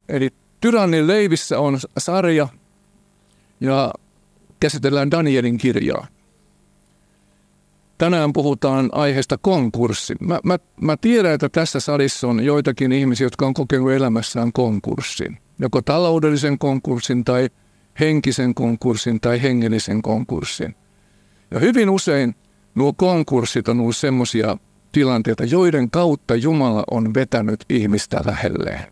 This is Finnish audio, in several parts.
Eli Tyrannin leivissä on sarja ja käsitellään Danielin kirjaa. Tänään puhutaan aiheesta konkurssi. Mä tiedän, että tässä salissa on joitakin ihmisiä, jotka on kokenut elämässään konkurssin. Joko taloudellisen konkurssin tai henkisen konkurssin tai hengellisen konkurssin. Ja hyvin usein nuo konkurssit on ollut semmoisia tilanteita, joiden kautta Jumala on vetänyt ihmistä lähelleen.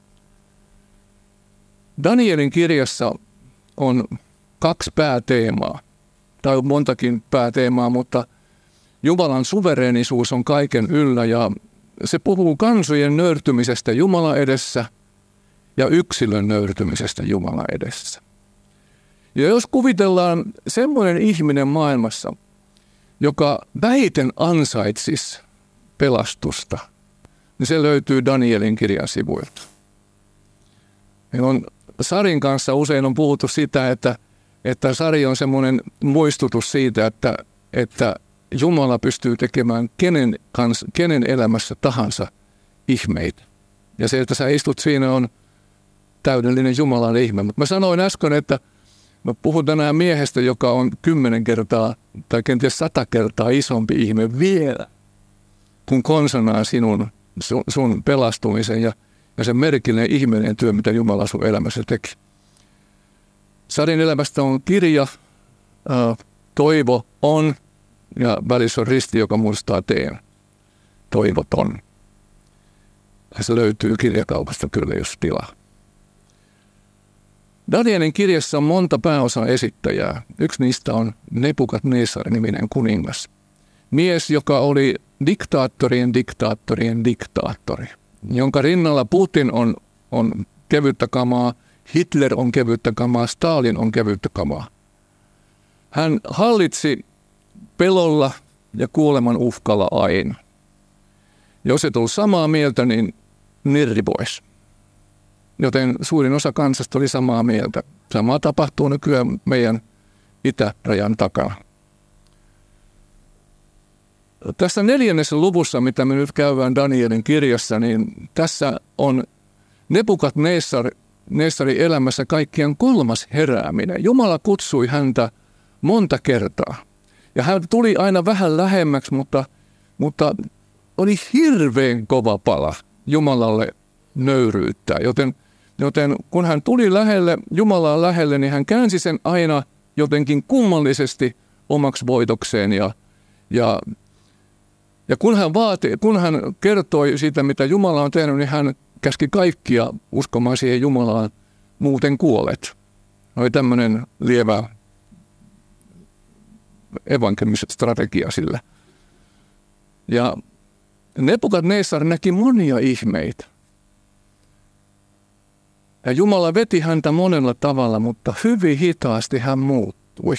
Danielin kirjassa on 2 pääteemaa, tai on montakin pääteemaa, mutta Jumalan suvereenisuus on kaiken yllä ja se puhuu kansojen nöyrtymisestä Jumalan edessä ja yksilön nöyrtymisestä Jumalan edessä. Ja jos kuvitellaan semmoinen ihminen maailmassa, joka vähiten ansaitsisi pelastusta, niin se löytyy Danielin kirjan sivuilta. Meillä on Sarin kanssa usein on puhuttu sitä, että Sari on semmoinen muistutus siitä, että Jumala pystyy tekemään kenen elämässä tahansa ihmeitä. Ja se, että sä istut siinä, on täydellinen Jumalan ihme. Mutta mä sanoin äsken, että mä puhun tänään miehestä, joka on 10 kertaa tai kenties 100 kertaa isompi ihme vielä, kun konsanaan sun pelastumisen ja sen merkillinen ihmeellinen työ, mitä Jumala sun elämässä teki. Sarin elämästä on kirja, Toivo on, ja välissä on risti, joka muistaa teen. Toivoton. Ja se löytyy kirjakaupasta kyllä, jos tilaa. Danielin kirjassa on monta pääosan esittäjää. Yksi niistä on Nebukadnessar-niminen kuningas. Mies, joka oli diktaattorien diktaattori, jonka rinnalla Putin on kevyttä kamaa, Hitler on kevyttä kamaa, Stalin on kevyttä kamaa. Hän hallitsi pelolla ja kuoleman uhkalla aina. Jos et ollut samaa mieltä, niin nirri pois. Joten suurin osa kansasta oli samaa mieltä. Samaa tapahtuu nykyään meidän itärajan takana. Tässä 4. luvussa, mitä me nyt käydään Danielin kirjassa, niin tässä on Nebukadnessarin elämässä kaikkien 3. herääminen. Jumala kutsui häntä monta kertaa. Ja hän tuli aina vähän lähemmäksi, mutta oli hirveän kova pala Jumalalle nöyryyttää. Joten kun hän tuli lähelle, Jumalaa lähelle, niin hän käänsi sen aina jotenkin kummallisesti omaksi voitokseen. Ja kun hän kertoi siitä, mitä Jumala on tehnyt, niin hän käski kaikkia uskomaan siihen Jumalaan, muuten kuolet. Oli tämmöinen lievä evankelimiset strategia sillä. Ja Nebukadnessar näki monia ihmeitä. Ja Jumala veti häntä monella tavalla, mutta hyvin hitaasti hän muuttui.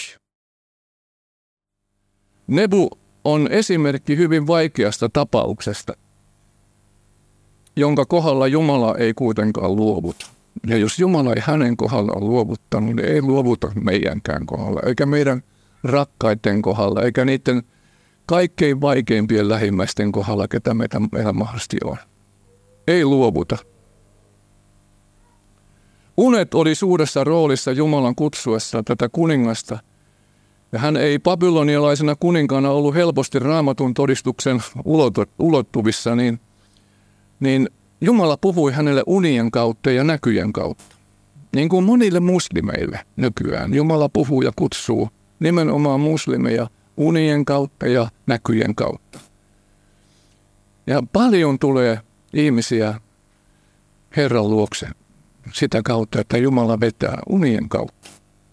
Nebu on esimerkki hyvin vaikeasta tapauksesta, jonka kohdalla Jumala ei kuitenkaan luovuta. Ja jos Jumala ei hänen kohdallaan luovuttanut, niin ei luovuta meidänkään kohdalla, eikä meidän rakkaiden kohdalla, eikä niiden kaikkein vaikeimpien lähimmäisten kohdalla, ketä meillä mahdollisesti on. Ei luovuta. Unet oli suuressa roolissa Jumalan kutsuessa tätä kuningasta, ja hän ei babylonialaisena kuninkaana ollut helposti Raamatun todistuksen ulottuvissa, niin Jumala puhui hänelle unien kautta ja näkyjen kautta. Niin kuin monille muslimeille nykyään. Jumala puhuu ja kutsuu nimenomaan muslimeja unien kautta ja näkyjen kautta. Ja paljon tulee ihmisiä Herran luokse sitä kautta, että Jumala vetää unien kautta.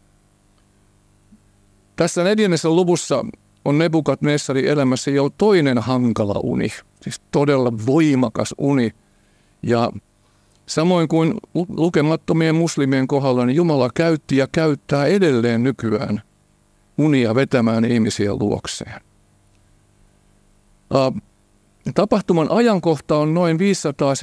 Tässä 4. luvussa on Nebukadnessarin elämässä jo toinen hankala uni, siis todella voimakas uni. Ja samoin kuin lukemattomien muslimien kohdalla, niin Jumala käytti ja käyttää edelleen nykyään unia vetämään ihmisiä luokseen. Tapahtuman ajankohta on noin 575-570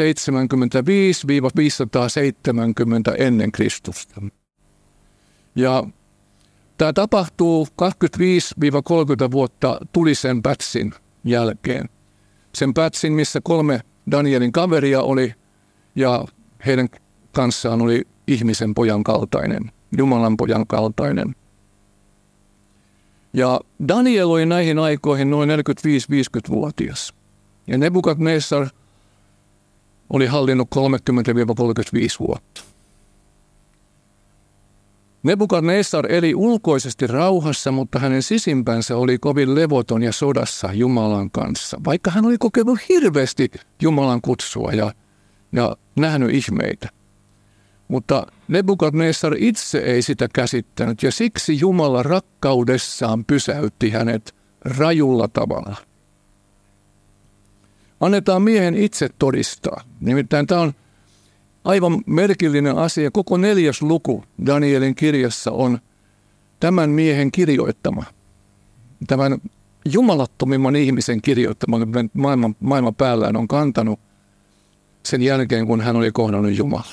ennen Kristusta. Ja tämä tapahtuu 25-30 vuotta tulisen pätsin jälkeen. Sen pätsin, missä 3 Danielin kaveria oli ja heidän kanssaan oli ihmisen pojan kaltainen, Jumalan pojan kaltainen. Ja Daniel oli näihin aikoihin noin 45-50-vuotias. Ja Nebukadnessar oli hallinnut 30-35 vuotta. Nebukadnessar eli ulkoisesti rauhassa, mutta hänen sisimpänsä oli kovin levoton ja sodassa Jumalan kanssa. Vaikka hän oli kokenut hirveästi Jumalan kutsua ja nähnyt ihmeitä. Mutta Nebukadnessar itse ei sitä käsittänyt ja siksi Jumala rakkaudessaan pysäytti hänet rajulla tavalla. Annetaan miehen itse todistaa. Nimittäin tämä on aivan merkillinen asia. Koko 4. luku Danielin kirjassa on tämän miehen kirjoittama. Tämän jumalattomimman ihmisen kirjoittama, maailman päällään on kantanut sen jälkeen, kun hän oli kohdannut Jumalan.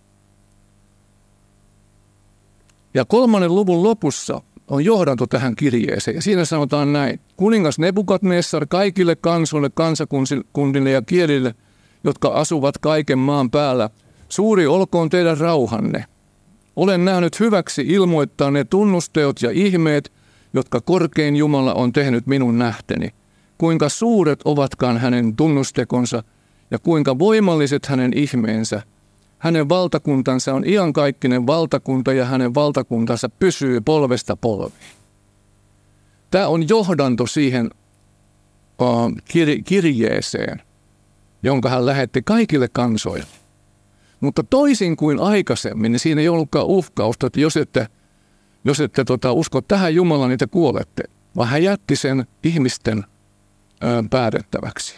Ja 3. luvun lopussa on johdanto tähän kirjeeseen. Ja siinä sanotaan näin. Kuningas Nebukadnessar kaikille kansoille, kansakunnille ja kielille, jotka asuvat kaiken maan päällä, suuri olkoon teidän rauhanne. Olen nähnyt hyväksi ilmoittaa ne tunnusteot ja ihmeet, jotka korkein Jumala on tehnyt minun nähteni. Kuinka suuret ovatkaan hänen tunnustekonsa ja kuinka voimalliset hänen ihmeensä. Hänen valtakuntansa on iankaikkinen valtakunta ja hänen valtakuntansa pysyy polvesta polviin. Tämä on johdanto siihen kirjeeseen, jonka hän lähetti kaikille kansoille. Mutta toisin kuin aikaisemmin, niin siinä ei ollutkaan uhkausta, että jos ette usko tähän Jumalaan, niin te kuolette. Vaan hän jätti sen ihmisten päätettäväksi.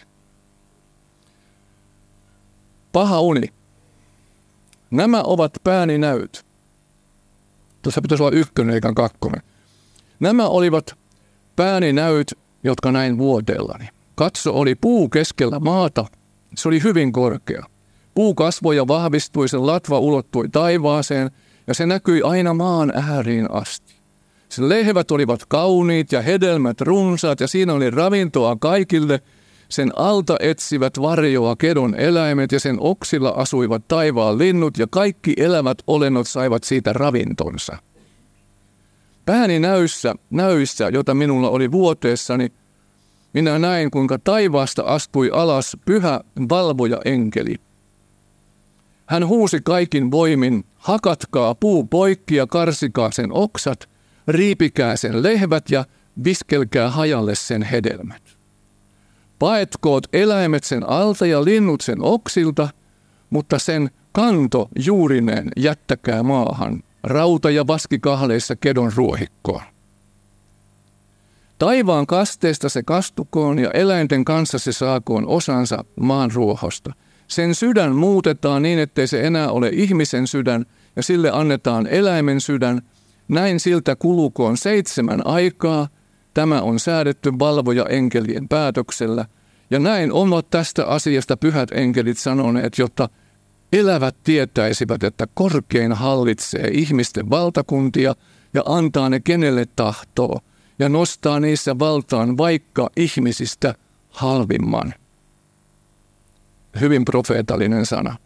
Paha uni. Nämä ovat pääninäyt. Tuossa pitäisi olla 1 eikä 2. Nämä olivat pääninäyt, jotka näin vuoteellani. Katso, oli puu keskellä maata. Se oli hyvin korkea. Puu kasvoi ja vahvistui, sen latva ulottui taivaaseen ja se näkyi aina maan ääriin asti. Sen lehvät olivat kauniit ja hedelmät runsaat ja siinä oli ravintoa kaikille. Sen alta etsivät varjoa kedon eläimet ja sen oksilla asuivat taivaan linnut ja kaikki elävät olennot saivat siitä ravintonsa. Pääni näyissä, jota minulla oli vuoteessani, minä näin, kuinka taivaasta astui alas pyhä valvoja enkeli. Hän huusi kaikin voimin, hakatkaa puu poikki ja karsikaa sen oksat, riipikää sen lehvät ja viskelkää hajalle sen hedelmät. Paetkoot eläimet sen alta ja linnut sen oksilta, mutta sen kanto juurineen jättäkää maahan, rauta- ja vaskikahleissa kedon ruohikkoon. Taivaan kasteesta se kastukoon ja eläinten kanssa se saakoon osansa maan ruohosta. Sen sydän muutetaan niin, ettei se enää ole ihmisen sydän ja sille annetaan eläimen sydän. Näin siltä kulukoon 7 aikaa. Tämä on säädetty valvoja enkelien päätöksellä. Ja näin ovat tästä asiasta pyhät enkelit sanoneet, jotta elävät tietäisivät, että korkein hallitsee ihmisten valtakuntia ja antaa ne kenelle tahtoo ja nostaa niissä valtaan vaikka ihmisistä halvimman. Hyvin profeetallinen sana.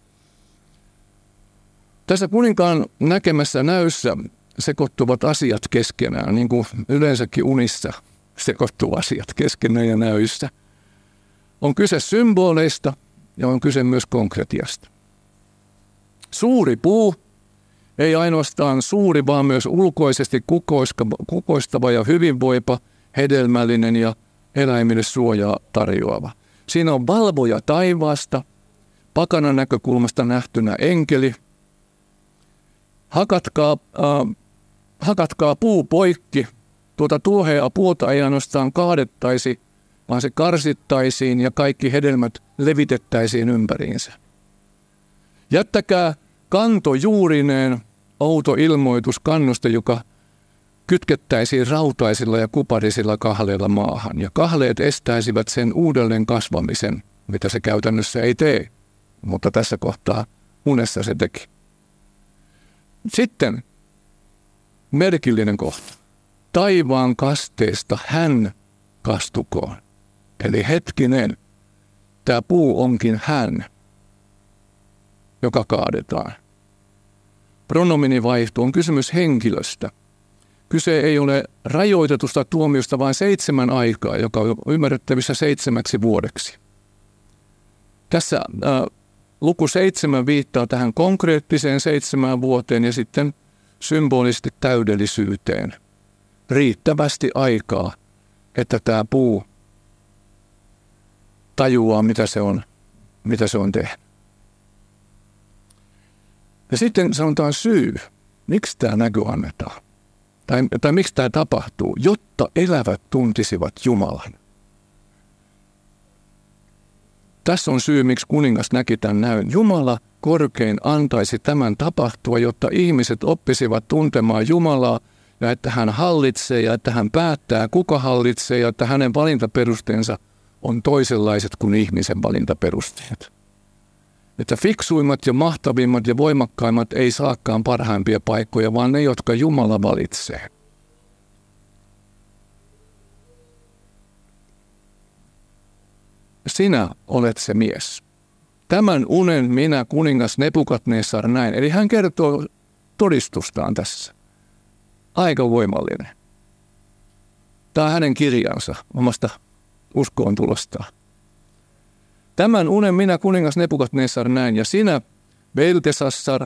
Tässä kuninkaan näkemässä näyssä sekoittuvat asiat keskenään, niin kuin yleensäkin unissa sekoittuu asiat keskenään ja näyissä. On kyse symboleista ja on kyse myös konkretiasta. Suuri puu, ei ainoastaan suuri, vaan myös ulkoisesti kukoistava ja hyvinvoipa, hedelmällinen ja eläimille suojaa tarjoava. Siinä on valvoja taivaasta, pakanan näkökulmasta nähtynä enkeli. Hakatkaa puu poikki. Tuota tuohea puuta ei ainoastaan kaadettaisi, vaan se karsittaisiin ja kaikki hedelmät levitettäisiin ympäriinsä. Jättäkää kanto juurineen, outo ilmoitus kannosta, joka kytkettäisiin rautaisilla ja kuparisilla kahleilla maahan. Ja kahleet estäisivät sen uudelleen kasvamisen, mitä se käytännössä ei tee, mutta tässä kohtaa unessa se teki. Sitten merkillinen kohta. Taivaan kasteesta hän kastukoon. Eli hetkinen, tämä puu onkin hän. joka kaadetaan. Pronominivaihto on kysymys henkilöstä. Kyse ei ole rajoitetusta tuomiosta, vaan 7 aikaa, joka on ymmärrettävissä 7 vuodeksi. Tässä luku 7 viittaa tähän konkreettiseen 7 vuoteen ja sitten symbolisesti täydellisyyteen. Riittävästi aikaa, että tämä puu tajuaa, mitä se on tehnyt. Ja sitten sanotaan syy, miksi tämä näky annetaan. Tai miksi tämä tapahtuu, jotta elävät tuntisivat Jumalan. Tässä on syy, miksi kuningas näki tämän näyn. Jumala korkein antaisi tämän tapahtua, jotta ihmiset oppisivat tuntemaan Jumalaa ja että hän hallitsee ja että hän päättää, kuka hallitsee ja että hänen valintaperusteensa on toisenlaiset kuin ihmisen valintaperusteet. Että fiksuimmat ja mahtavimmat ja voimakkaimmat ei saakaan parhaimpia paikkoja, vaan ne, jotka Jumala valitsee. Sinä olet se mies. Tämän unen minä, kuningas Nebukadnessar, näin. Eli hän kertoo todistustaan tässä. Aika voimallinen. Tämä on hänen kirjansa omasta uskoon tulostaan. Tämän unen minä, kuningas Nebukadnessar, näin. Ja sinä, Beltesassar,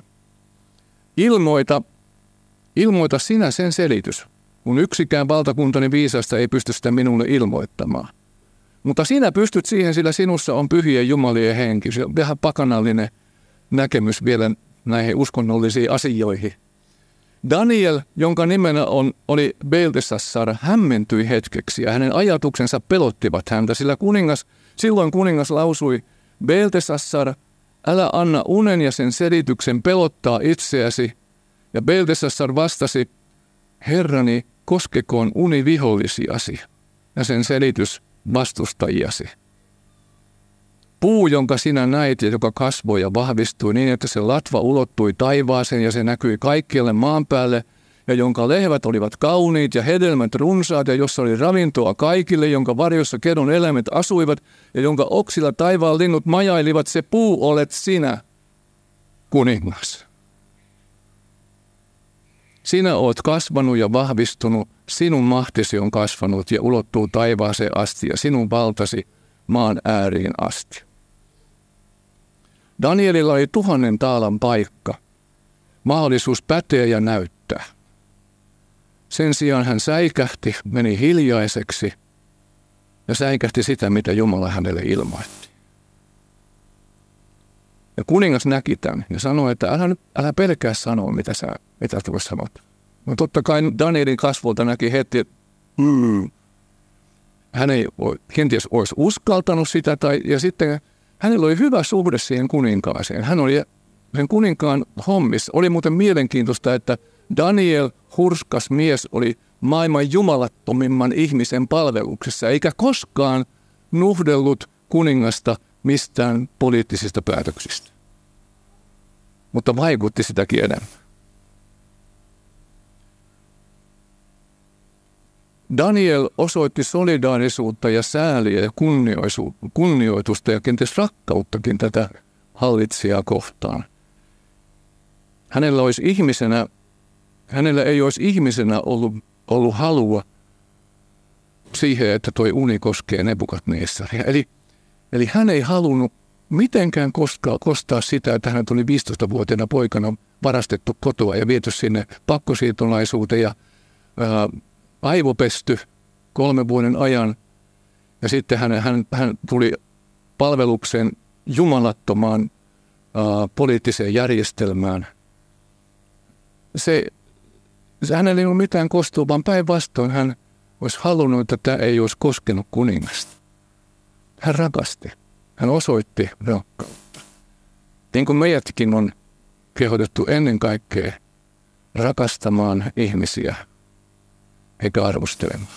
ilmoita sinä sen selitys, kun yksikään valtakuntani viisasta ei pysty sitä minulle ilmoittamaan. Mutta sinä pystyt siihen, sillä sinussa on pyhien jumalien henki. Se on vähän pakanallinen näkemys vielä näihin uskonnollisiin asioihin. Daniel, jonka nimenä oli Beltesassar, hämmentyi hetkeksi ja hänen ajatuksensa pelottivat häntä, sillä silloin kuningas lausui, Beltesassar, älä anna unen ja sen selityksen pelottaa itseäsi. Ja Beltesassar vastasi, Herrani, koskekoon uni vihollisiasi ja sen selitys vastustajiasi. Puu, jonka sinä näit ja joka kasvoi ja vahvistui niin, että se latva ulottui taivaaseen ja se näkyi kaikkialle maan päälle, ja jonka lehvät olivat kauniit ja hedelmät runsaat, ja jossa oli ravintoa kaikille, jonka varjossa kedon eläimet asuivat, ja jonka oksilla taivaan linnut majailivat, se puu olet sinä, kuningas. Sinä oot kasvanut ja vahvistunut, sinun mahtisi on kasvanut ja ulottuu taivaaseen asti, ja sinun valtasi maan ääriin asti. Danielilla oli 1000 taalan paikka, mahdollisuus päteä ja näyttää. Sen sijaan hän säikähti, meni hiljaiseksi ja säikähti sitä, mitä Jumala hänelle ilmoitti. Ja kuningas näki tämän ja sanoi, että älä pelkää sanoa, mitä tuossa sanot. No totta kai Danielin kasvolta näki heti, että hän ei kenties olisi uskaltanut sitä, ja sitten hänellä oli hyvä suhde siihen kuninkaaseen. Hän oli sen kuninkaan hommissa. Oli muuten mielenkiintoista, että Daniel, hurskas mies, oli maailman jumalattomimman ihmisen palveluksessa, eikä koskaan nuhdellut kuningasta mistään poliittisista päätöksistä. Mutta vaikutti sitäkin enemmän. Daniel osoitti solidaarisuutta ja sääliä ja kunnioitusta ja kenties rakkauttakin tätä hallitsijaa kohtaan. Hänellä ei olisi ihmisenä ollut halua siihen, että toi uni koskee Nebukadnessaria. Eli hän ei halunnut mitenkään kostaa sitä, että hänet oli 15-vuotiaana poikana varastettu kotoa ja viety sinne pakkosiirtolaisuuteen ja aivopesty 3 vuoden ajan. Ja sitten hän tuli palvelukseen jumalattomaan poliittiseen järjestelmään. Hänellä ei ollut mitään kostoa, vaan päinvastoin hän olisi halunnut, että tämä ei olisi koskenut kuningasta. Hän rakasti. Hän osoitti rakkautta. Niin kuin meidätkin on kehotettu ennen kaikkea rakastamaan ihmisiä eikä arvostelemaan.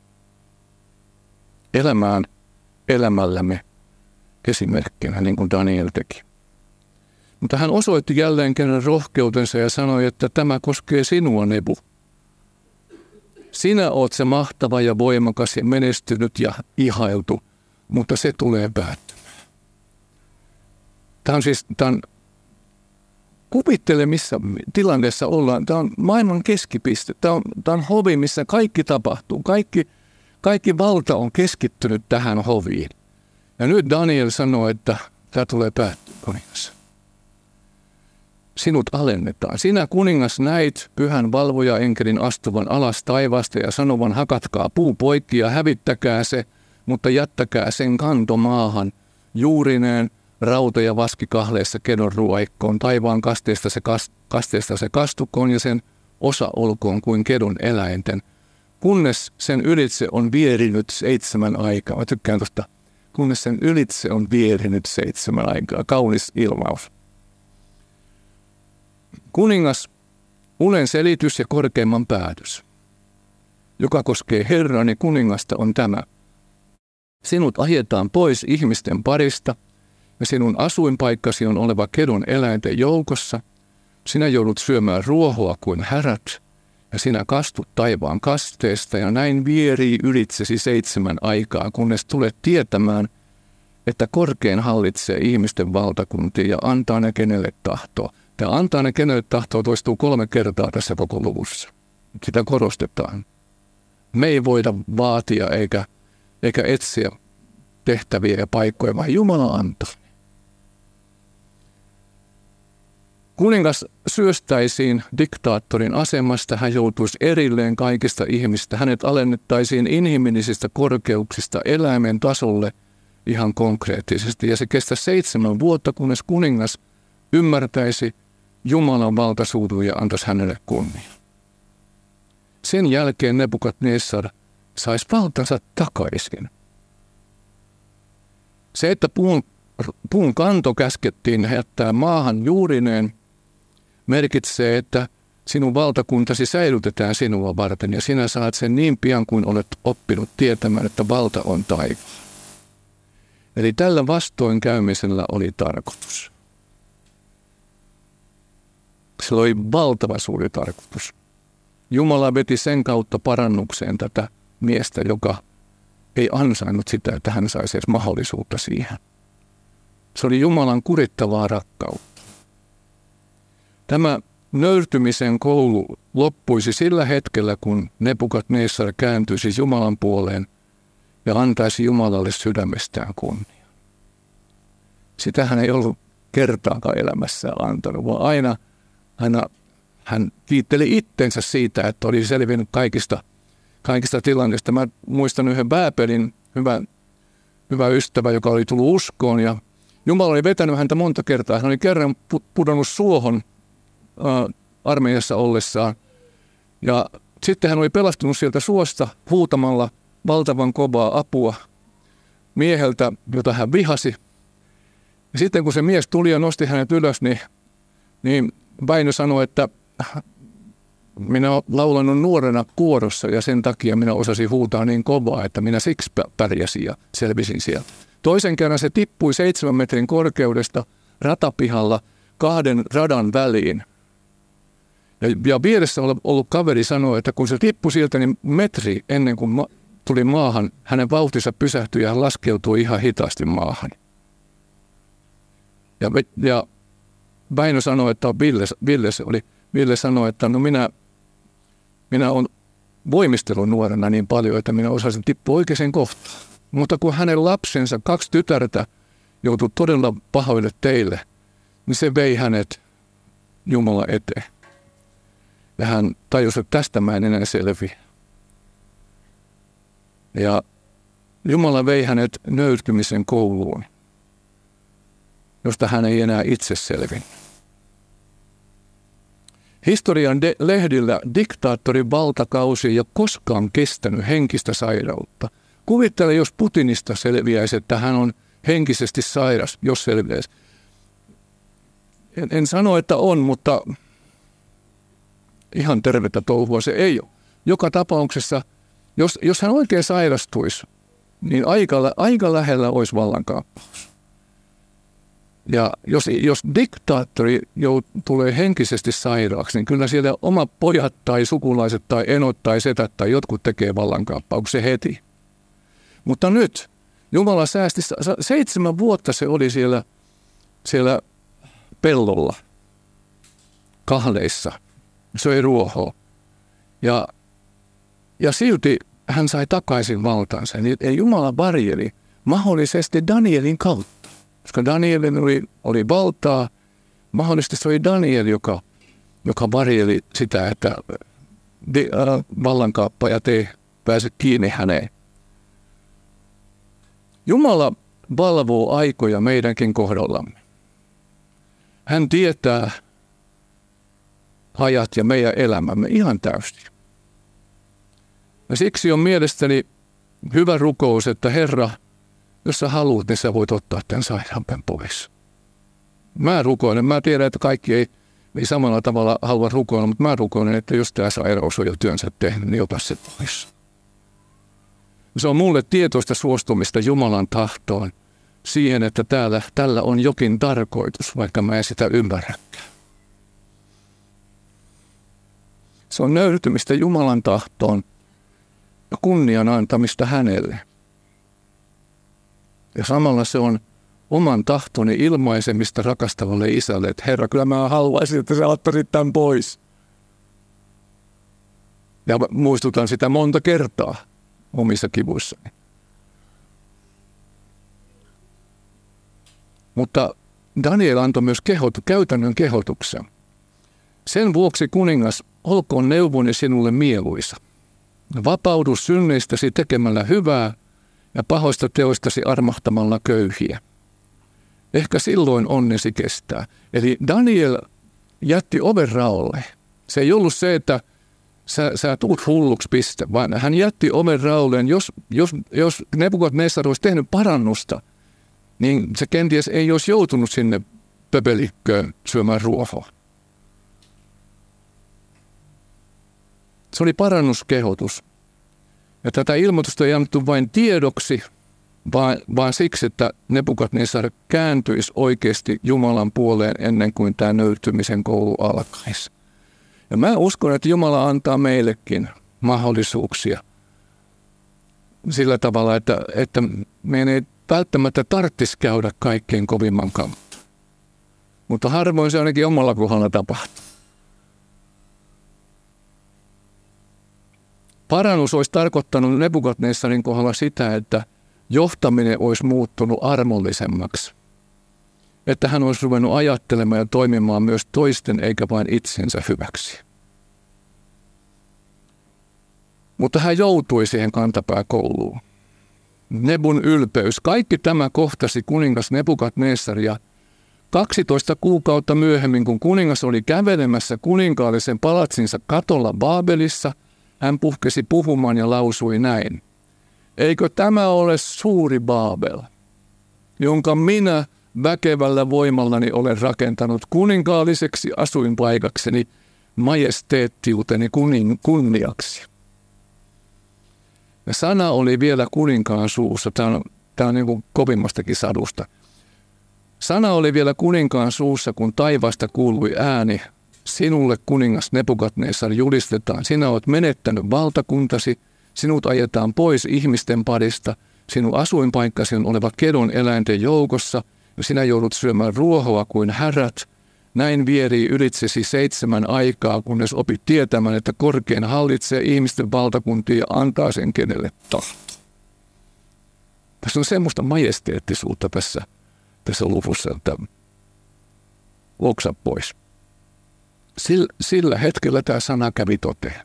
Elämään elämällämme esimerkkinä, niin kuin Daniel teki. Mutta hän osoitti jälleen kerran rohkeutensa ja sanoi, että tämä koskee sinua, Nebu. Sinä oot se mahtava ja voimakas ja menestynyt ja ihailtu, mutta se tulee päättymään. Tämä on Kuvittele, missä tilanteessa ollaan. Tämä on maailman keskipiste. Tämä on hovi, missä kaikki tapahtuu. Kaikki valta on keskittynyt tähän hoviin. Ja nyt Daniel sanoo, että tämä tulee päättyä, kuningas. Sinut alennetaan. Sinä, kuningas, näit pyhän valvojaenkelin astuvan alas taivaasta ja sanovan, hakatkaa puu poikki ja hävittäkää se, mutta jättäkää sen kanto maahan juurineen rauta- ja vaskikahleessa kedon ruoikkoon. Taivaan kasteesta se kastukoon ja sen osa olkoon kuin kedon eläinten, kunnes sen ylitse on vierinyt 7 aikaa. Mä tykkään tuosta, kunnes sen ylitse on vierinyt 7 aikaa. Kaunis ilmaus. Kuningas, unen selitys ja korkeimman päätös, joka koskee Herrani kuningasta, on tämä. Sinut ajetaan pois ihmisten parista, ja sinun asuinpaikkasi on oleva kedon eläinten joukossa. Sinä joudut syömään ruohoa kuin härät, ja sinä kastut taivaan kasteesta, ja näin vierii ylitsesi 7 aikaa, kunnes tulet tietämään, että korkein hallitsee ihmisten valtakuntia ja antaa ne kenelle tahtoo. Tämä antaa ne kenelle tahtoo toistuu 3 kertaa tässä koko luvussa. Sitä korostetaan. Me ei voida vaatia eikä etsiä tehtäviä ja paikkoja, vaan Jumala antaa. Kuningas syöstäisiin diktaattorin asemasta, hän joutuisi erilleen kaikista ihmistä. Hänet alennettaisiin inhimillisistä korkeuksista eläimen tasolle ihan konkreettisesti. Ja se kestäisi 7 vuotta, kunnes kuningas ymmärtäisi Jumalan valtasuuden ja antaisi hänelle kunnia. Sen jälkeen Nebukadnessar saisi valtansa takaisin. Se, että puun kanto käskettiin jättää maahan juurineen, merkitsee, että sinun valtakuntasi säilytetään sinua varten ja sinä saat sen niin pian kuin olet oppinut tietämään, että valta on taivaan. Eli tällä vastoinkäymisellä oli tarkoitus. Sillä oli valtava suuri tarkoitus. Jumala veti sen kautta parannukseen tätä miestä, joka ei ansainnut sitä, että hän saisi edes mahdollisuutta siihen. Se oli Jumalan kurittavaa rakkautta. Tämä nöyrtymisen koulu loppuisi sillä hetkellä, kun Nebukadnessar kääntyisi Jumalan puoleen ja antaisi Jumalalle sydämestään kunnia. Sitä hän ei ollut kertaakaan elämässään antanut, vaan aina hän kiitteli itsensä siitä, että oli selvinnyt kaikista tilanteista. Mä muistan yhden Bääpelin hyvä ystävä, joka oli tullut uskoon ja Jumala oli vetänyt häntä monta kertaa. Hän oli kerran pudonnut suohon armeijassa ollessaan ja sitten hän oli pelastunut sieltä suosta huutamalla valtavan kovaa apua mieheltä, jota hän vihasi. Ja sitten kun se mies tuli ja nosti hänet ylös, niin Väinö sanoi, että minä olen laulanut nuorena kuorossa ja sen takia minä osasin huutaa niin kovaa, että minä siksi pärjäsin ja selvisin sieltä. Toisen kerran se tippui 7 metrin korkeudesta ratapihalla 2 radan väliin. Ja vieressä ollut kaveri sanoi, että kun se tippui sieltä, niin metri ennen kuin tuli maahan, hänen vauhtinsa pysähtyi ja hän laskeutui ihan hitaasti maahan. Ja Väinö sanoi, että Ville sanoi, että no minä olen voimistellut nuorena niin paljon, että minä osasin tippua oikeaan kohtaan. Mutta kun hänen lapsensa 2 tytärtä joutui todella pahoille teille, niin se vei hänet Jumala eteen. Ja hän tajusi, että tästä mä en enää selviä. Ja Jumala vei hänet nöyrtymisen kouluun, josta hän ei enää itse selvinnyt. Historian lehdillä diktaattorin valtakausi ei ole koskaan kestänyt henkistä sairautta. Kuvittele, jos Putinista selviäisi, että hän on henkisesti sairas, jos selviäisi. En sano, että on, mutta ihan tervettä touhua se ei ole. Joka tapauksessa, jos hän oikein sairastuisi, niin aika lähellä olisi vallankaappaus. Ja jos diktaattori tulee henkisesti sairaaksi, niin kyllä siellä oma pojat tai sukulaiset tai enot tai setät tai jotkut tekee vallankaappauksen heti. Mutta nyt Jumala säästi, 7 vuotta se oli siellä pellolla. kahleissa, söi ruohoa. Ja silti hän sai takaisin valtansa. Eli Jumala varjeli mahdollisesti Danielin kautta. Koska Danielin oli valtaa, mahdollisesti se oli Daniel, joka varjeli sitä, että vallankaappaajat ei pääse kiinni häneen. Jumala valvoo aikoja meidänkin kohdallamme. Hän tietää ajat ja meidän elämämme ihan täysin. Ja siksi on mielestäni hyvä rukous, että Herra, jos sä haluat, niin sä voit ottaa tämän sairauden pois. Mä rukoilen. Mä tiedän, että kaikki ei samalla tavalla halua rukoilla, mutta mä rukoilen, että jos tämä sairaus on jo työnsä tehnyt, niin ota se pois. Se on mulle tietoista suostumista Jumalan tahtoon siihen, että tällä on jokin tarkoitus, vaikka mä en sitä ymmärräkään. Se on nöyrtymistä Jumalan tahtoon ja kunnian antamista hänelle. Ja samalla se on oman tahtoni ilmaisemista rakastavalle isälle, että Herra, kyllä mä haluaisin, että sä ottaisit tämän pois. Ja muistutan sitä monta kertaa omissa kivuissani. Mutta Daniel antoi myös käytännön kehotuksen. Sen vuoksi kuningas, olkoon neuvoni sinulle mieluisa. Vapaudu synneistäsi tekemällä hyvää ja pahoista teoistasi armahtamalla köyhiä. Ehkä silloin onnesi kestää. Eli Daniel jätti oven raolle. Se ei ollut se, että sä tuut hulluksi piste, vaan hän jätti oven raolleen. Jos Nebukadnessar olisi tehnyt parannusta, niin se kenties ei olisi joutunut sinne pöpelikköön syömään ruohoa. Se oli parannuskehotus. Ja tätä ilmoitusta ei annettu vain tiedoksi, vaan siksi, että Nebukadnessar kääntyisi oikeasti Jumalan puoleen ennen kuin tämä nöyrtymisen koulu alkaisi. Ja mä uskon, että Jumala antaa meillekin mahdollisuuksia sillä tavalla, että meidän ei välttämättä tarvitsisi käydä kaikkein kovimman kautta. Mutta harvoin se ainakin omalla kohdalla tapahtuu. Parannus olisi tarkoittanut Nebukadnessarin kohdalla sitä, että johtaminen olisi muuttunut armollisemmaksi. Että hän olisi ruvennut ajattelemaan ja toimimaan myös toisten eikä vain itsensä hyväksi. Mutta hän joutui siihen kantapääkouluun. Nebun ylpeys. Kaikki tämä kohtasi kuningas Nebukadnessar ja 12 kuukautta myöhemmin, kun kuningas oli kävelemässä kuninkaallisen palatsinsa katolla Baabelissa, hän puhkesi puhumaan ja lausui näin. Eikö tämä ole suuri Baabel, jonka minä väkevällä voimallani olen rakentanut kuninkaalliseksi asuinpaikakseni, majesteettiuteni kunniaksi. Ja sana oli vielä kuninkaan suussa. Tämä on niin kuin kovimmastakin sadusta. Sana oli vielä kuninkaan suussa, kun taivaasta kuului ääni. Sinulle, kuningas Nebukadnessar, julistetaan. Sinä olet menettänyt valtakuntasi. Sinut ajetaan pois ihmisten parista. Sinun asuinpaikkasi on oleva kedon eläinten joukossa. Ja sinä joudut syömään ruohoa kuin härät. Näin vierii ylitsesi 7 aikaa, kunnes opit tietämään, että korkein hallitsee ihmisten valtakuntia ja antaa sen kenelle tahto. Tässä on semmoista majesteettisuutta tässä luvussa, että oksa pois. Sillä hetkellä tämä sana kävi toteen.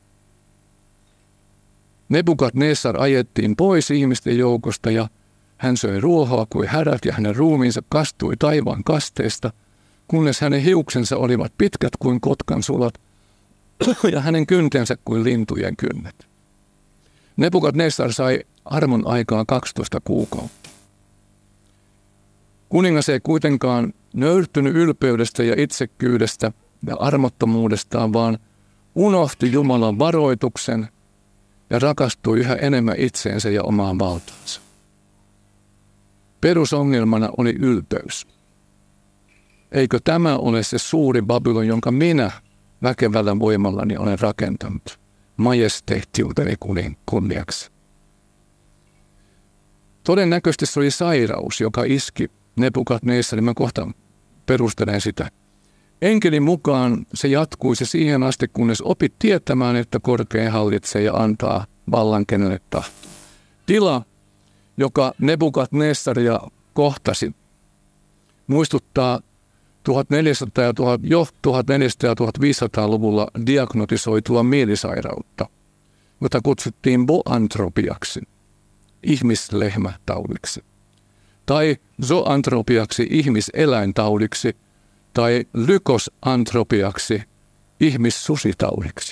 Nebukadnessar ajettiin pois ihmisten joukosta ja hän söi ruohoa kuin härät ja hänen ruumiinsa kastui taivaan kasteesta, kunnes hänen hiuksensa olivat pitkät kuin kotkan sulat ja hänen kyntensä kuin lintujen kynnet. Nebukadnessar sai armon aikaa 12 kuukautta. Kuningas ei kuitenkaan nöyrtynyt ylpeydestä ja itsekkyydestä ja armottomuudestaan, vaan unohti Jumalan varoituksen ja rakastui yhä enemmän itseensä ja omaan valtaansa. Perusongelmana oli ylpeys. Eikö tämä ole se suuri Babylon, jonka minä väkevällä voimallani olen rakentanut majesteettiuteni kunniaksi? Todennäköisesti se oli sairaus, joka iski Nebukadnessarin. Mä kohta perustelen sitä. Enkelin mukaan se jatkuisi siihen asti, kunnes opit tietämään, että korkein hallitsee ja antaa vallan kenelle tahtoo. Tila, joka Nebukadnessaria kohtasi, muistuttaa 1400- ja 1500-luvulla diagnotisoitua mielisairautta, jota kutsuttiin boantropiaksi, ihmislehmätaudiksi, tai zoantropiaksi, ihmiseläintaudiksi, tai lykosantropiaksi, ihmissusitaudiksi.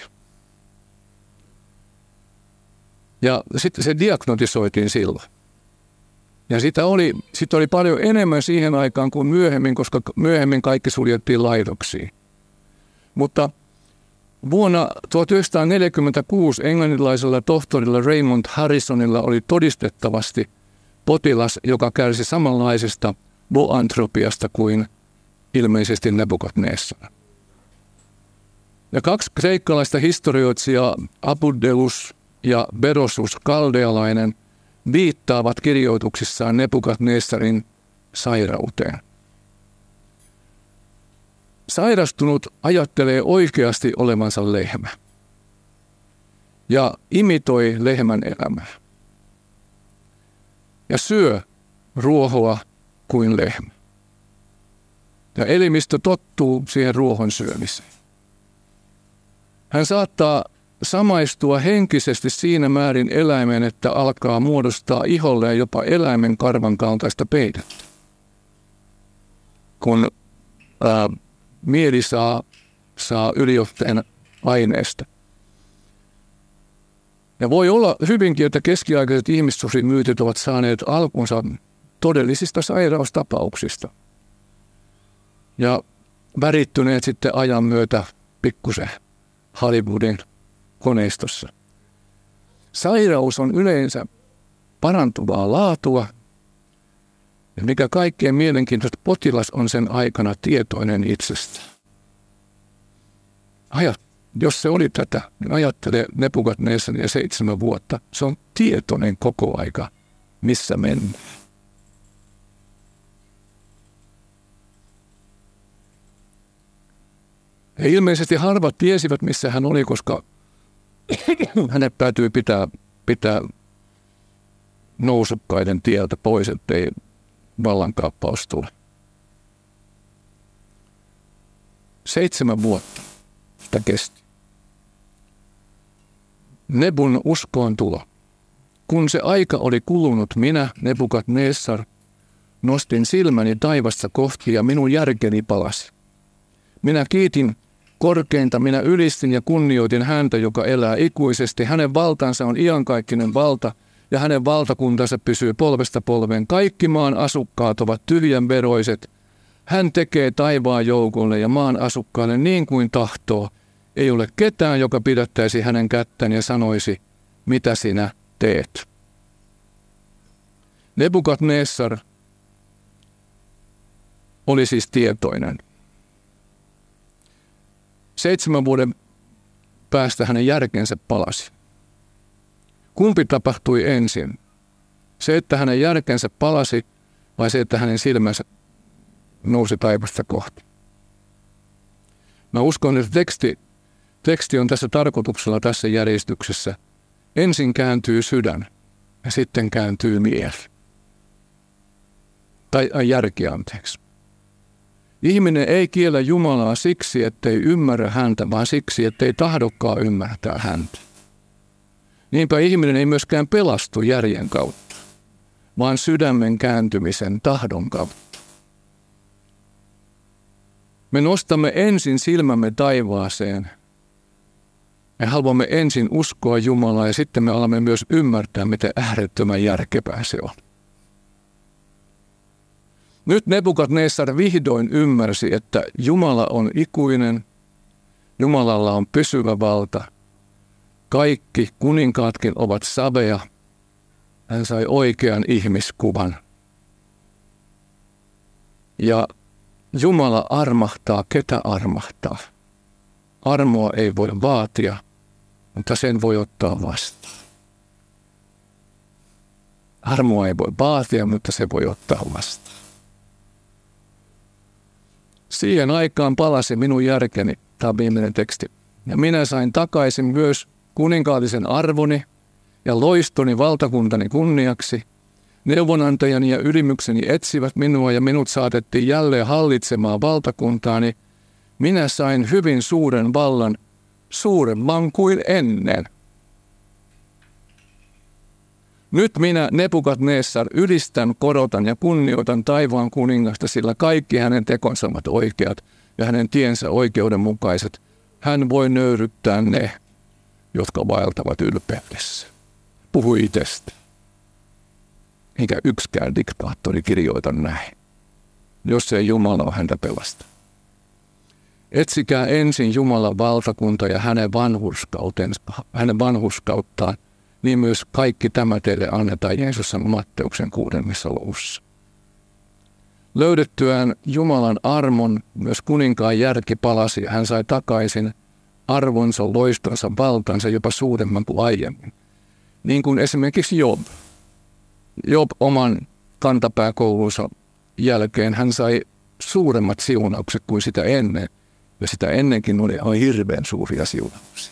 Ja sitten se diagnotisoitiin silloin. Ja sitä oli paljon enemmän siihen aikaan kuin myöhemmin, koska myöhemmin kaikki suljettiin laitoksiin. Mutta vuonna 1946 englannilaisella tohtorilla Raymond Harrisonilla oli todistettavasti potilas, joka kärsi samanlaisesta boantropiasta kuin ilmeisesti Nebukadnessar. Ja kaksi kreikkalaista historioitsijaa, Apudelus ja Berosus Kaldealainen, viittaavat kirjoituksissaan Nebukadnessarin sairauteen. Sairastunut ajattelee oikeasti olevansa lehmä ja imitoi lehmän elämää ja syö ruohoa kuin lehmä. Ja elimistö tottuu siihen ruohon syömiseen. Hän saattaa samaistua henkisesti siinä määrin eläimeen, että alkaa muodostaa iholleen jopa eläimen karvan kaltaista peitettä. Kun mieli saa yliotteen aineesta. Ja voi olla hyvinkin, että keskiaikaiset ihmissusimyytit ovat saaneet alkunsa todellisista sairaustapauksista. Ja värittyneet sitten ajan myötä pikkusen Hollywoodin koneistossa. Sairaus on yleensä parantuvaa laatua, ja mikä kaikkein mielenkiintoista, potilas on sen aikana tietoinen itsestään. Jos se oli tätä, niin ajattele Nebukadnessaria 7 vuotta. Se on tietoinen koko aika, missä mennään. Ja ilmeisesti harvat tiesivät, missä hän oli, koska hänet täytyy pitää nousukkaiden tieltä pois, ettei vallankaappaus tule. 7 vuotta sitä kesti. Nebun uskoon tulo. Kun se aika oli kulunut, minä, Nebukadnessar, nostin silmäni taivasta kohti ja minun järkeni palasi. Minä kiitin korkeinta, minä ylistin ja kunnioitin häntä, joka elää ikuisesti. Hänen valtansa on iankaikkinen valta ja hänen valtakuntansa pysyy polvesta polveen. Kaikki maan asukkaat ovat tyhjänveroiset. Hän tekee taivaan joukolle ja maan asukkaille niin kuin tahtoo. Ei ole ketään, joka pidättäisi hänen kättään ja sanoisi, mitä sinä teet. Nebukadnessar oli siis tietoinen. 7 vuoden päästä hänen järkensä palasi. Kumpi tapahtui ensin? Se, että hänen järkensä palasi, vai se, että hänen silmänsä nousi taivasta kohti? Mä uskon, että teksti on tässä tarkoituksella tässä järjestyksessä. Ensin kääntyy sydän ja sitten kääntyy mieli. Tai järki, anteeksi. Ihminen ei kiellä Jumalaa siksi, ettei ymmärrä häntä, vaan siksi, ettei tahdokkaan ymmärtää häntä. Niinpä ihminen ei myöskään pelastu järjen kautta, vaan sydämen kääntymisen tahdon kautta. Me nostamme ensin silmämme taivaaseen. Me haluamme ensin uskoa Jumalaa ja sitten me alamme myös ymmärtää, miten äärettömän järkevää se on. Nyt Nebukadnessar vihdoin ymmärsi, että Jumala on ikuinen, Jumalalla on pysyvä valta. Kaikki kuninkaatkin ovat savea. Hän sai oikean ihmiskuvan. Ja Jumala armahtaa, ketä armahtaa. Armoa ei voi vaatia, mutta sen voi ottaa vastaan. Armoa ei voi vaatia, mutta se voi ottaa vastaan. Siihen aikaan palasi minun järkeni, tämä on viimeinen teksti. Ja minä sain takaisin myös kuninkaallisen arvoni ja loistoni valtakuntani kunniaksi. Neuvonantajani ja ylimykseni etsivät minua ja minut saatettiin jälleen hallitsemaan valtakuntaani. Minä sain hyvin suuren vallan, suuremman kuin ennen. Nyt minä, Nebukadnessar, ylistän, korotan ja kunnioitan taivaan kuningasta, sillä kaikki hänen tekonsa ovat oikeat ja hänen tiensä oikeudenmukaiset. Hän voi nöyryttää ne, jotka vaeltavat ylpeydessä. Puhu itsestä. Eikä yksikään diktaattori kirjoita näin, jos ei Jumala ole häntä pelasta. Etsikää ensin Jumalan valtakunta ja hänen vanhurskauttaan, niin myös kaikki tämä teille annetaan. Jeesus sanoi Matteuksen 6. luvussa. Löydettyään Jumalan armon, myös kuninkaan järki palasi ja hän sai takaisin arvonsa, loistonsa, valtansa jopa suuremman kuin aiemmin. Niin kuin esimerkiksi Job. Job oman kantapääkoulunsa jälkeen hän sai suuremmat siunaukset kuin sitä ennen. Ja sitä ennenkin oli hirveän suuria siunauksia.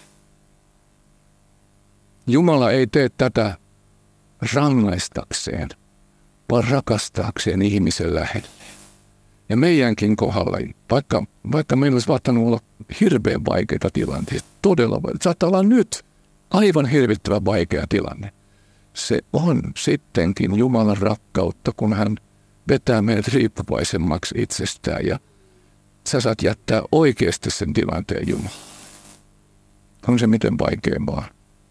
Jumala ei tee tätä rangaistakseen, vaan rakastaakseen ihmisen lähelle. Ja meidänkin kohdalla, vaikka meillä olisi vaattanut olla hirveän vaikeita tilanteita, todella vaikeita, saattaa olla nyt aivan hirvittävän vaikea tilanne. Se on sittenkin Jumalan rakkautta, kun hän vetää meidät riippuvaisemmaksi itsestään ja sä saat jättää oikeasti sen tilanteen Jumalaan. On se miten vaikea vaan.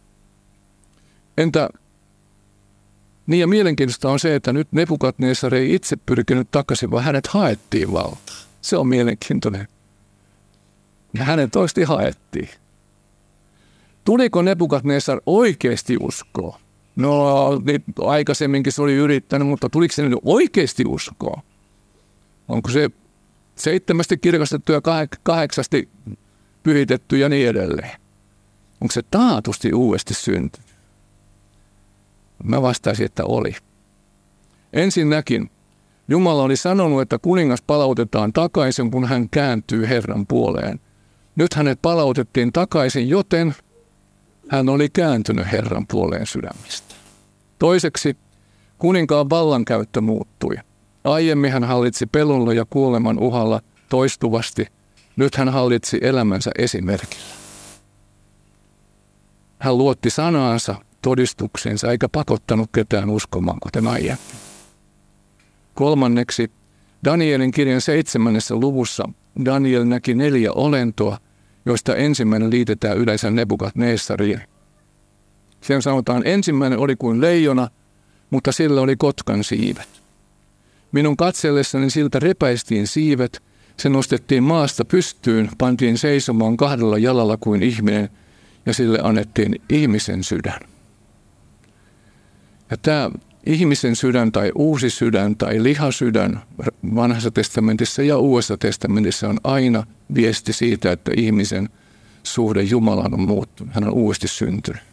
Entä, niin ja mielenkiintoista on se, että nyt Nebukadnessar ei itse pyrkinyt takaisin, vaan hänet haettiin valtaan. Se on mielenkiintoinen. Ja hänet toisesti haettiin. Tuliko Nebukadnessar oikeasti uskoa? No, niin aikaisemminkin se oli yrittänyt, mutta tuliko se nyt oikeasti uskoa? Onko se 7 kirkastettu ja 8 pyhitetty ja niin edelleen? Onko se taatusti uudesti syntynyt? Mä vastaisin, että oli. Ensinnäkin Jumala oli sanonut, että kuningas palautetaan takaisin, kun hän kääntyy Herran puoleen. Nyt hänet palautettiin takaisin, joten hän oli kääntynyt Herran puoleen sydämistä. Toiseksi kuninkaan vallankäyttö muuttui. Aiemmin hän hallitsi pelolla ja kuoleman uhalla toistuvasti. Nyt hän hallitsi elämänsä esimerkillä. Hän luotti sanaansa, todistukseensa, eikä pakottanut ketään uskomaan, kuten aiemmin. Kolmanneksi, Danielin kirjan 7. luvussa Daniel näki 4 olentoa, joista ensimmäinen liitetään yleensä Nebukadnessariin. Sen sanotaan, ensimmäinen oli kuin leijona, mutta sillä oli kotkan siivet. Minun katsellessani siltä repäistiin siivet, se nostettiin maasta pystyyn, pantiin seisomaan 2 jalalla kuin ihminen ja sille annettiin ihmisen sydän. Ja tämä ihmisen sydän tai uusi sydän tai lihasydän Vanhassa testamentissa ja Uudessa testamentissa on aina viesti siitä, että ihmisen suhde Jumalaan on muuttunut. Hän on uudesti syntynyt.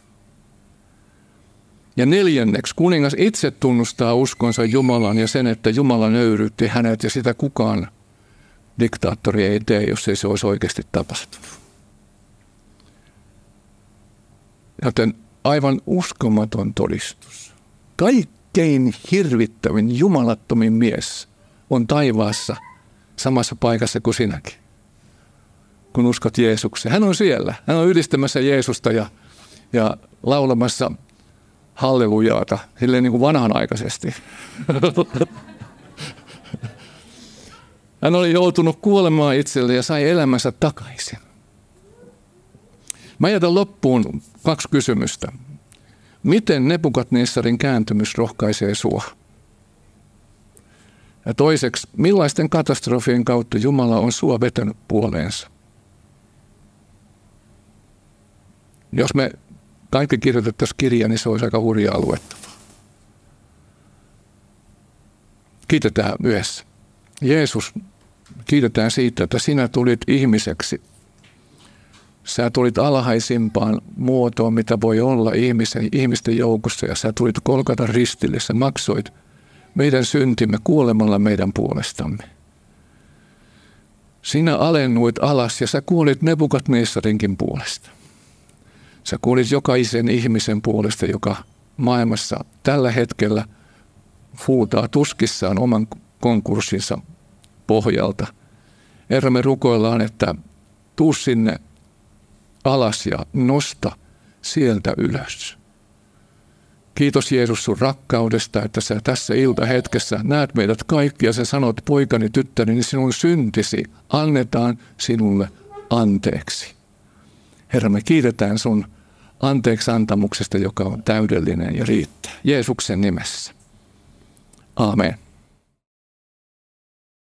Ja 4. kuningas itse tunnustaa uskonsa Jumalaan ja sen, että Jumala nöyryytti hänet ja sitä kukaan diktaattori ei tee, jos ei se olisi oikeasti tapahtunut. Joten aivan uskomaton todistus. Kaikkein hirvittävin, jumalattomin mies on taivaassa samassa paikassa kuin sinäkin, kun uskot Jeesukseen. Hän on siellä. Hän on ylistämässä Jeesusta ja laulamassa hallelujaata, silleen niin kuin vanhanaikaisesti. Hän oli joutunut kuolemaan itselle ja sai elämänsä takaisin. Mä jätän loppuun 2 kysymystä. Miten Nebukadnessarin kääntymys rohkaisee sua? Ja toiseksi, millaisten katastrofien kautta Jumala on sua vetänyt puoleensa? Jos me kaikki kirjoitettaisiin kirja, niin se olisi aika hurjaa luettavaa. Kiitetään yhdessä. Jeesus, kiitetään siitä, että sinä tulit ihmiseksi. Sä tulit alhaisimpaan muotoon, mitä voi olla ihmisten joukossa, ja sä tulit Golgatan ristille. Sä maksoit meidän syntimme kuolemalla meidän puolestamme. Sinä alennuit alas ja sä kuolit Nebukadnessarinkin puolesta. Sä kuolit jokaisen ihmisen puolesta, joka maailmassa tällä hetkellä huutaa tuskissaan oman konkurssinsa pohjalta. Herra, me rukoillaan, että tuu sinne alas ja nosta sieltä ylös. Kiitos Jeesus sun rakkaudesta, että sä tässä iltahetkessä näet meidät kaikki ja sä sanot, poikani, tyttärini, niin sinun syntisi annetaan sinulle anteeksi. Herra, me kiitetään sun anteeksi antamuksesta, joka on täydellinen ja riittää. Jeesuksen nimessä. Aamen.